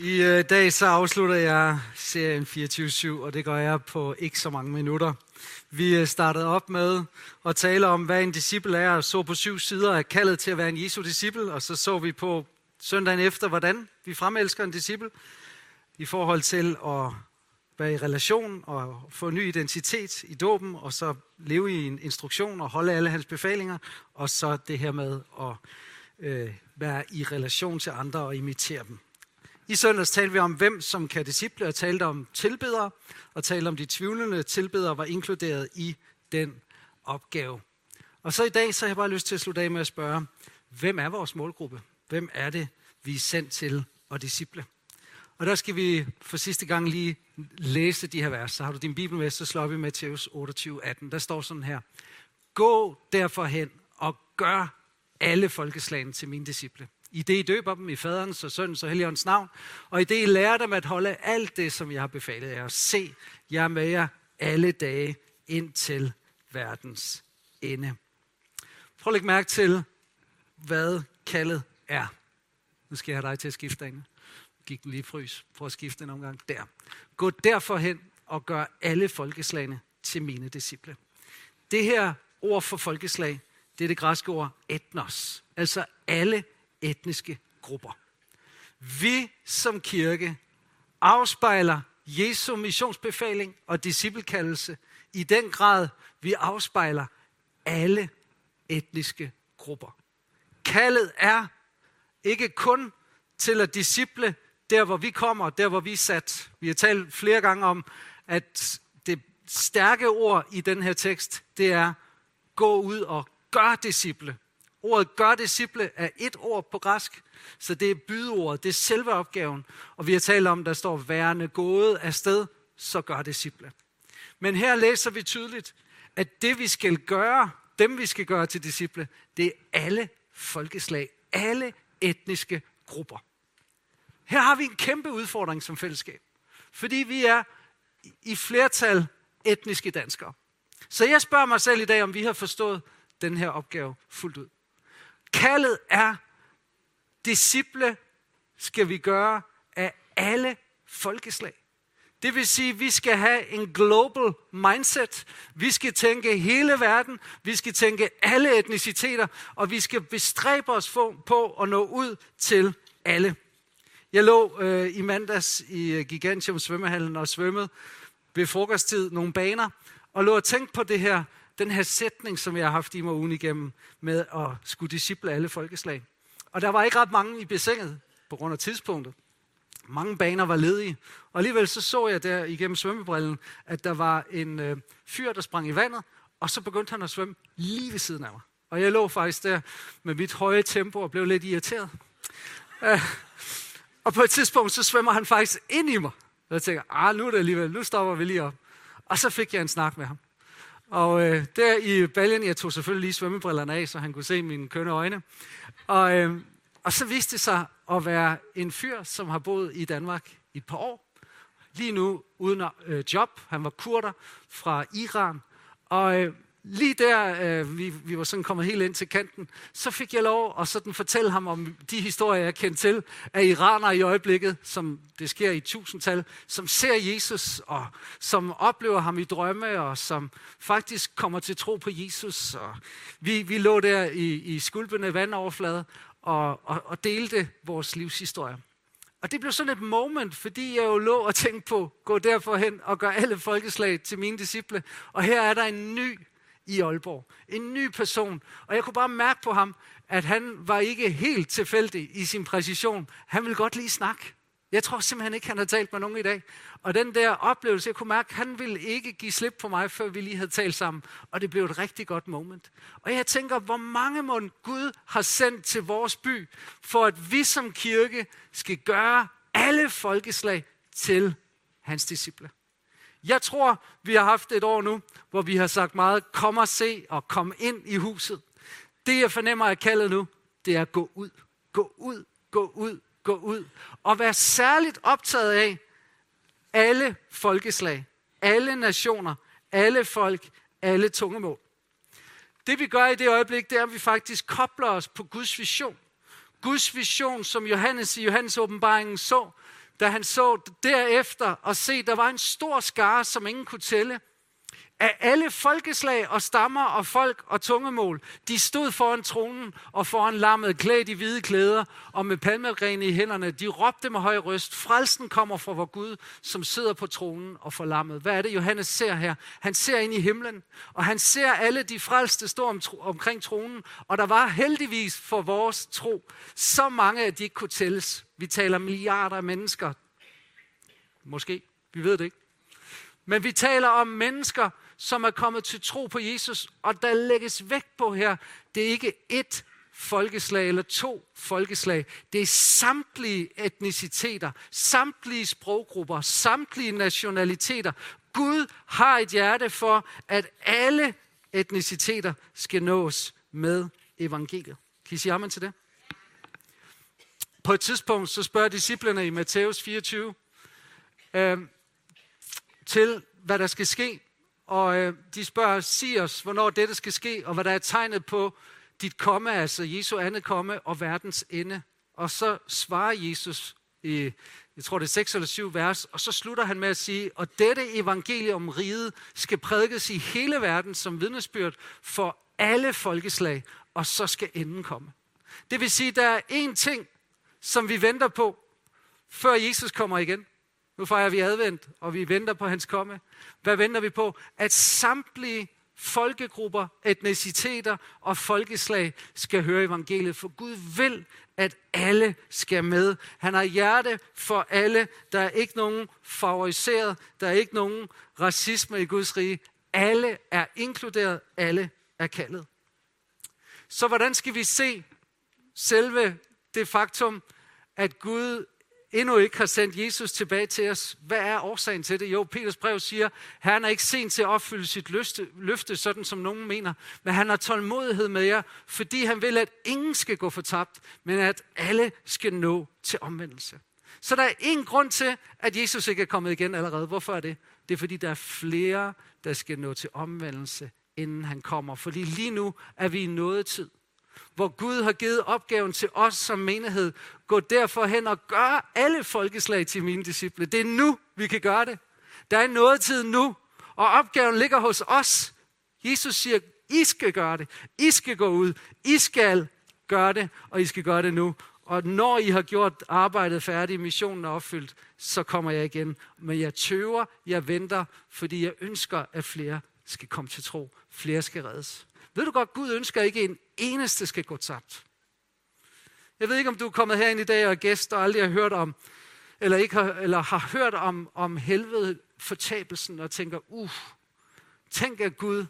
I dag så afslutter jeg serien 24/7, og det gør jeg på ikke så mange minutter. Vi startede op med at tale om, hvad en disciple er, og så på 7 sider af kaldet til at være en Jesu disciple, og så vi på søndagen efter, hvordan vi fremelsker en disciple i forhold til at være i relation og få en ny identitet i dåben, og så leve i en instruktion og holde alle hans befalinger, og så det her med at være i relation til andre og imitere dem. I søndags talte vi om, hvem som kan disciple, og talte om tilbedere, og talte om de tvivlende tilbedere var inkluderet i den opgave. Og så i dag, så har jeg bare lyst til at slutte af med at spørge, hvem er vores målgruppe? Hvem er det, vi er sendt til at disciple? Og der skal vi for sidste gang lige læse de her vers. Så har du din bibel med, så slår vi Matthæus 28:18. Der står sådan her: Gå derfor hen og gør alle folkeslagene til mine disciple. I det I døber dem i faderens og søndens og helligåndens navn, og i det I lærer dem at holde alt det, som jeg har befalet jer. Se, jeg er med jer alle dage indtil verdens ende. Prøv at lægge mærke til, hvad kaldet er. Nu skal jeg have dig til at skifte derinde. Gik den lige frys. Prøv at skifte en omgang. Der. Gå derfor hen og gør alle folkeslagene til mine disciple. Det her ord for folkeslag, det er det græske ord etnos. Altså alle etniske grupper. Vi som kirke afspejler Jesu missionsbefaling og disciplekaldelse i den grad, vi afspejler alle etniske grupper. Kaldet er ikke kun til at disciple der, hvor vi kommer, der, hvor vi er sat. Vi har talt flere gange om, at det stærke ord i den her tekst, det er gå ud og gør disciple. Ordet gør disciple er et ord på græsk, så det er bydeordet, det er selve opgaven. Og vi har talt om, der står værende gået afsted, så gør disciple. Men her læser vi tydeligt, at det vi skal gøre, dem vi skal gøre til disciple, det er alle folkeslag, alle etniske grupper. Her har vi en kæmpe udfordring som fællesskab, fordi vi er i flertal etniske danskere. Så jeg spørger mig selv i dag, om vi har forstået den her opgave fuldt ud. Kaldet er, disciple skal vi gøre af alle folkeslag. Det vil sige, at vi skal have en global mindset. Vi skal tænke hele verden. Vi skal tænke alle etniciteter. Og vi skal bestræbe os på at nå ud til alle. Jeg lå i mandags i Gigantium svømmehallen og svømmede ved frokosttid nogle baner. Og lå og tænkte på det her. Den her sætning, som jeg har haft i mig ugen igennem, med at skulle disciple alle folkeslag. Og der var ikke ret mange i bassinet på grund af tidspunktet. Mange baner var ledige. Og alligevel så jeg der igennem svømmebrillen, at der var en fyr, der sprang i vandet, og så begyndte han at svømme lige ved siden af mig. Og jeg lå faktisk der med mit høje tempo og blev lidt irriteret. Og på et tidspunkt, så svømmer han faktisk ind i mig. Og jeg tænker, nu er det alligevel, nu stopper vi lige op. Og så fik jeg en snak med ham. Og der i baljen, jeg tog selvfølgelig lige svømmebrillerne af, så han kunne se mine kønne øjne. Og så viste det sig at være en fyr, som har boet i Danmark i et par år. Lige nu uden job. Han var kurder fra Iran. Og lige der, vi var sådan kommet helt ind til kanten, så fik jeg lov at sådan fortælle ham om de historier, jeg kendte til af iranere i øjeblikket, som det sker i tusindtal, som ser Jesus og som oplever ham i drømme og som faktisk kommer til tro på Jesus. Og vi lå der i skulpende vandoverflade og delte vores livshistorie. Og det blev sådan et moment, fordi jeg jo lå og tænkte på, gå derfor hen og gøre alle folkeslag til mine disciple. Og her er der en ny i Aalborg. En ny person. Og jeg kunne bare mærke på ham, at han var ikke helt tilfældig i sin præcision. Han ville godt lige snakke. Jeg tror simpelthen ikke, han har talt med nogen i dag. Og den der oplevelse, jeg kunne mærke, at han ville ikke give slip på mig, før vi lige havde talt sammen. Og det blev et rigtig godt moment. Og jeg tænker, hvor mange måneder Gud har sendt til vores by, for at vi som kirke skal gøre alle folkeslag til hans disciple. Jeg tror, vi har haft et år nu, hvor vi har sagt meget, kom og se og kom ind i huset. Det jeg fornemmer af kaldet nu, det er at gå ud, gå ud, gå ud, gå ud. Og være særligt optaget af alle folkeslag, alle nationer, alle folk, alle tungemål. Det vi gør i det øjeblik, det er, at vi faktisk kobler os på Guds vision. Guds vision, som Johannes i Johannes åbenbaringen så, da han så derefter og se, der var en stor skare, som ingen kunne tælle, af alle folkeslag og stammer og folk og tungemål. De stod foran tronen og foran lammet, klædt i hvide klæder og med palmegrene i hænderne. De råbte med høj røst, frelsen kommer fra vor Gud, som sidder på tronen og for lammet. Hvad er det, Johannes ser her? Han ser ind i himlen, og han ser alle de frelste stå omkring tronen. Og der var heldigvis for vores tro så mange, at de ikke kunne tælles. Vi taler milliarder af mennesker. Måske, vi ved det ikke. Men vi taler om mennesker, som er kommet til tro på Jesus, og der lægges vægt på her, det er ikke ét folkeslag eller 2 folkeslag. Det er samtlige etniciteter, samtlige sproggrupper, samtlige nationaliteter. Gud har et hjerte for, at alle etniciteter skal nås med evangeliet. Kan I sige amen til det? På et tidspunkt så spørger disciplene i Matthæus 24 til, hvad der skal ske. Og de spørger, sig os, hvornår dette skal ske, og hvad der er tegnet på dit komme, altså Jesu andet komme og verdens ende. Og så svarer Jesus i, jeg tror det er 6 eller 7 vers, og så slutter han med at sige, og dette evangelium om riget skal prædikes i hele verden som vidnesbyrd for alle folkeslag, og så skal enden komme. Det vil sige, der er én ting, som vi venter på, før Jesus kommer igen. Nu fejrer vi advent, og vi venter på hans komme. Hvad venter vi på? At samtlige folkegrupper, etniciteter og folkeslag skal høre evangeliet. For Gud vil, at alle skal med. Han har hjerte for alle. Der er ikke nogen favoriseret. Der er ikke nogen racisme i Guds rige. Alle er inkluderet. Alle er kaldet. Så hvordan skal vi se selve det faktum, at Gud endnu ikke har sendt Jesus tilbage til os? Hvad er årsagen til det? Jo, Peters brev siger, Herren er ikke sent til at opfylde sit løfte, sådan som nogen mener, men han har tålmodighed med jer, fordi han vil, at ingen skal gå fortabt, men at alle skal nå til omvendelse. Så der er ingen grund til, at Jesus ikke er kommet igen allerede. Hvorfor er det? Det er fordi, der er flere, der skal nå til omvendelse, inden han kommer. Fordi lige nu er vi i nådetid, hvor Gud har givet opgaven til os som menighed. Gå derfor hen og gør alle folkeslag til mine disciple. Det er nu, vi kan gøre det. Der er nådetid nu, og opgaven ligger hos os. Jesus siger, I skal gøre det. I skal gå ud. I skal gøre det, og I skal gøre det nu. Og når I har gjort arbejdet færdigt, missionen er opfyldt, så kommer jeg igen. Men jeg tøver, jeg venter, fordi jeg ønsker, at flere skal komme til tro. Flere skal reddes. Ved du godt, Gud ønsker ikke en eneste skal gå tabt. Jeg ved ikke, om du er kommet herind i dag og er gæst og aldrig har hørt om, eller har hørt om helvede, fortabelsen og tænker, tænk at Gud,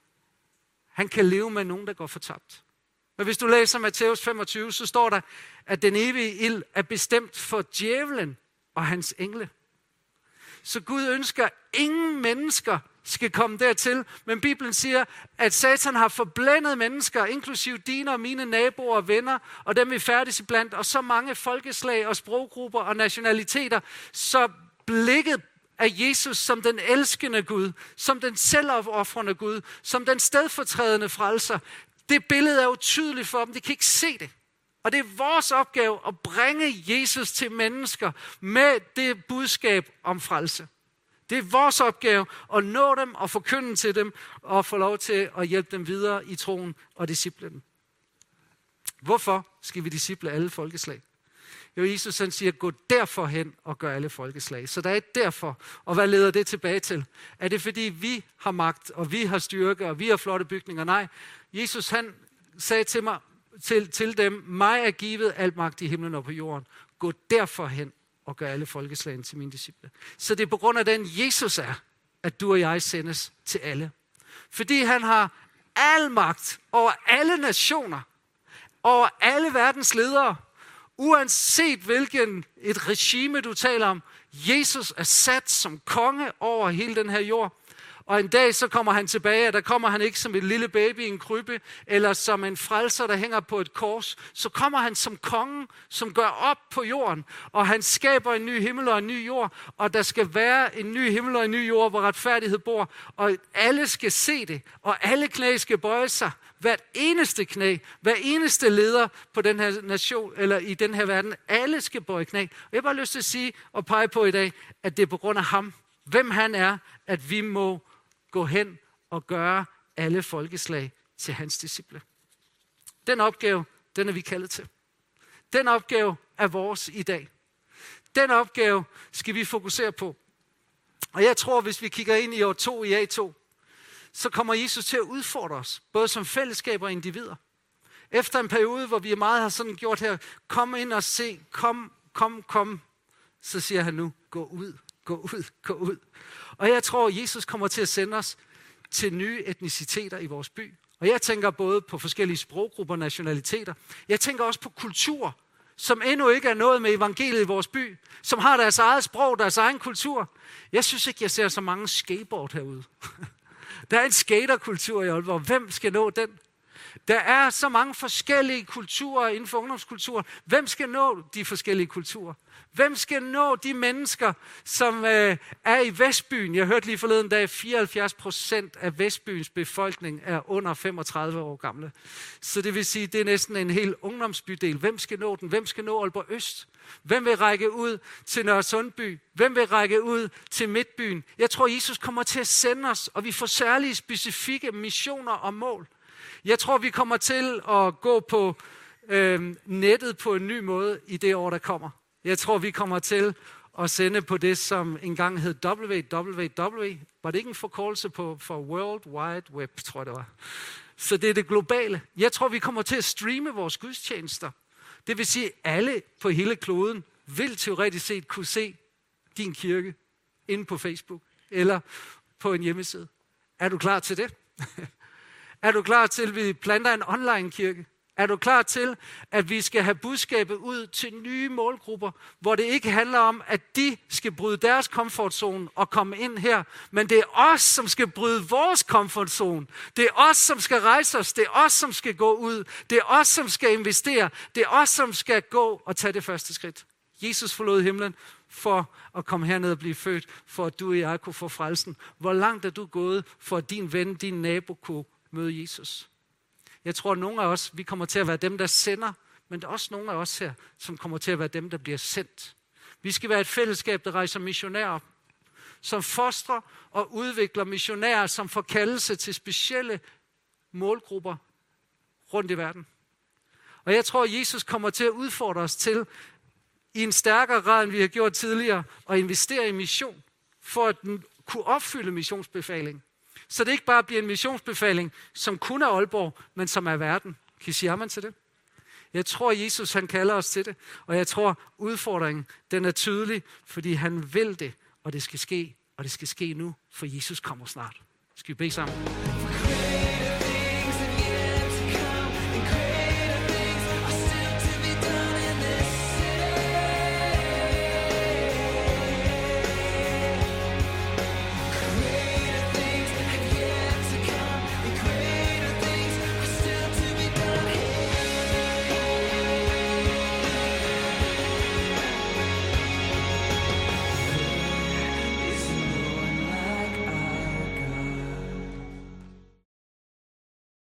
han kan leve med nogen, der går fortabt. Men hvis du læser Matthæus 25, så står der, at den evige ild er bestemt for djævlen og hans engle. Så Gud ønsker, ingen mennesker skal komme dertil, men Bibelen siger, at Satan har forblændet mennesker, inklusive dine og mine naboer og venner, og dem vi færdes iblandt, og så mange folkeslag og sproggrupper og nationaliteter, så blikket af Jesus som den elskende Gud, som den selvofrende Gud, som den stedfortrædende frelser, det billede er jo tydeligt for dem, de kan ikke se det. Og det er vores opgave at bringe Jesus til mennesker med det budskab om frelse. Det er vores opgave at nå dem og forkynde til dem og få lov til at hjælpe dem videre i troen og disciplen. Hvorfor skal vi disciple alle folkeslag? Jo, Jesus han siger, gå derfor hen og gør alle folkeslag. Så der er et derfor. Og hvad leder det tilbage til? Er det fordi vi har magt, og vi har styrke, og vi har flotte bygninger? Nej, Jesus han sagde til mig, til dem, mig er givet alt magt i himlen og på jorden. Gå derfor hen og gør alle folkeslagene til mine disciple. Så det er på grund af den Jesus er, at du og jeg sendes til alle. Fordi han har al magt over alle nationer, over alle verdens ledere, uanset hvilken et regime du taler om. Jesus er sat som konge over hele den her jord. Og en dag så kommer han tilbage, og der kommer han ikke som et lille baby i en krybbe, eller som en frelser, der hænger på et kors. Så kommer han som kongen, som gør op på jorden, og han skaber en ny himmel og en ny jord, og der skal være en ny himmel og en ny jord, hvor retfærdighed bor, og alle skal se det, og alle knæ skal bøje sig. hvert eneste knæ, hver eneste leder på den her nation, eller i den her verden, alle skal bøje knæ. Og jeg har bare lyst til at sige og pege på i dag, at det er på grund af ham, hvem han er, at vi må gå hen og gøre alle folkeslag til hans disciple. Den opgave, den er vi kaldet til. Den opgave er vores i dag. Den opgave skal vi fokusere på. Og jeg tror, hvis vi kigger ind i år 2 i A2, så kommer Jesus til at udfordre os, både som fællesskaber og individer. Efter en periode, hvor vi meget har sådan gjort her, kom ind og se, kom, så siger han nu, gå ud. Og jeg tror, Jesus kommer til at sende os til nye etniciteter i vores by. Og jeg tænker både på forskellige sproggrupper og nationaliteter. Jeg tænker også på kultur, som endnu ikke er nået med evangeliet i vores by, som har deres eget sprog, deres egen kultur. Jeg synes ikke, jeg ser så mange skateboard herude. Der er en skaterkultur i Aalborg. Hvem skal nå den? Der er så mange forskellige kulturer inden for ungdomskulturen. Hvem skal nå de forskellige kulturer? Hvem skal nå de mennesker, som er i Vestbyen? Jeg hørte lige forleden dag, 74% af Vestbyens befolkning er under 35 år gamle. Så det vil sige, det er næsten en hel ungdomsbydel. Hvem skal nå den? Hvem skal nå Aalborg Øst? Hvem vil række ud til Nørresundby? Hvem vil række ud til Midtbyen? Jeg tror, Jesus kommer til at sende os, og vi får særlige specifikke missioner og mål. Jeg tror, vi kommer til at gå på nettet på en ny måde i det år, der kommer. Jeg tror, vi kommer til at sende på det, som engang hed WWW. Var det ikke en forkortelse for World Wide Web, tror jeg det var. Så det er det globale. Jeg tror, vi kommer til at streame vores gudstjenester. Det vil sige, at alle på hele kloden vil teoretisk set kunne se din kirke inde på Facebook eller på en hjemmeside. Er du klar til det? Er du klar til, at vi planter en online kirke? Er du klar til, at vi skal have budskabet ud til nye målgrupper, hvor det ikke handler om, at de skal bryde deres komfortzone og komme ind her, men det er os, som skal bryde vores komfortzone. Det er os, som skal rejse os. Det er os, som skal gå ud. Det er os, som skal investere. Det er os, som skal gå og tage det første skridt. Jesus forlod himlen for at komme herned og blive født, for at du og jeg kunne få frelsen. Hvor langt er du gået, for at din ven, din nabo kunne møde Jesus? Jeg tror, at nogle af os, vi kommer til at være dem, der sender, men der er også nogle af os her, som kommer til at være dem, der bliver sendt. Vi skal være et fællesskab, der rejser missionærer, som fostrer og udvikler missionærer, som får kaldelse til specielle målgrupper rundt i verden. Og jeg tror, at Jesus kommer til at udfordre os til, i en stærkere grad, end vi har gjort tidligere, at investere i mission, for at kunne opfylde missionsbefalingen. Så det ikke bare bliver en missionsbefaling, som kun er Aalborg, men som er verden. Kan I sige amen til det? Jeg tror, Jesus han kalder os til det, og jeg tror, udfordringen den er tydelig, fordi han vil det, og det skal ske nu, for Jesus kommer snart. Skal vi bede sammen?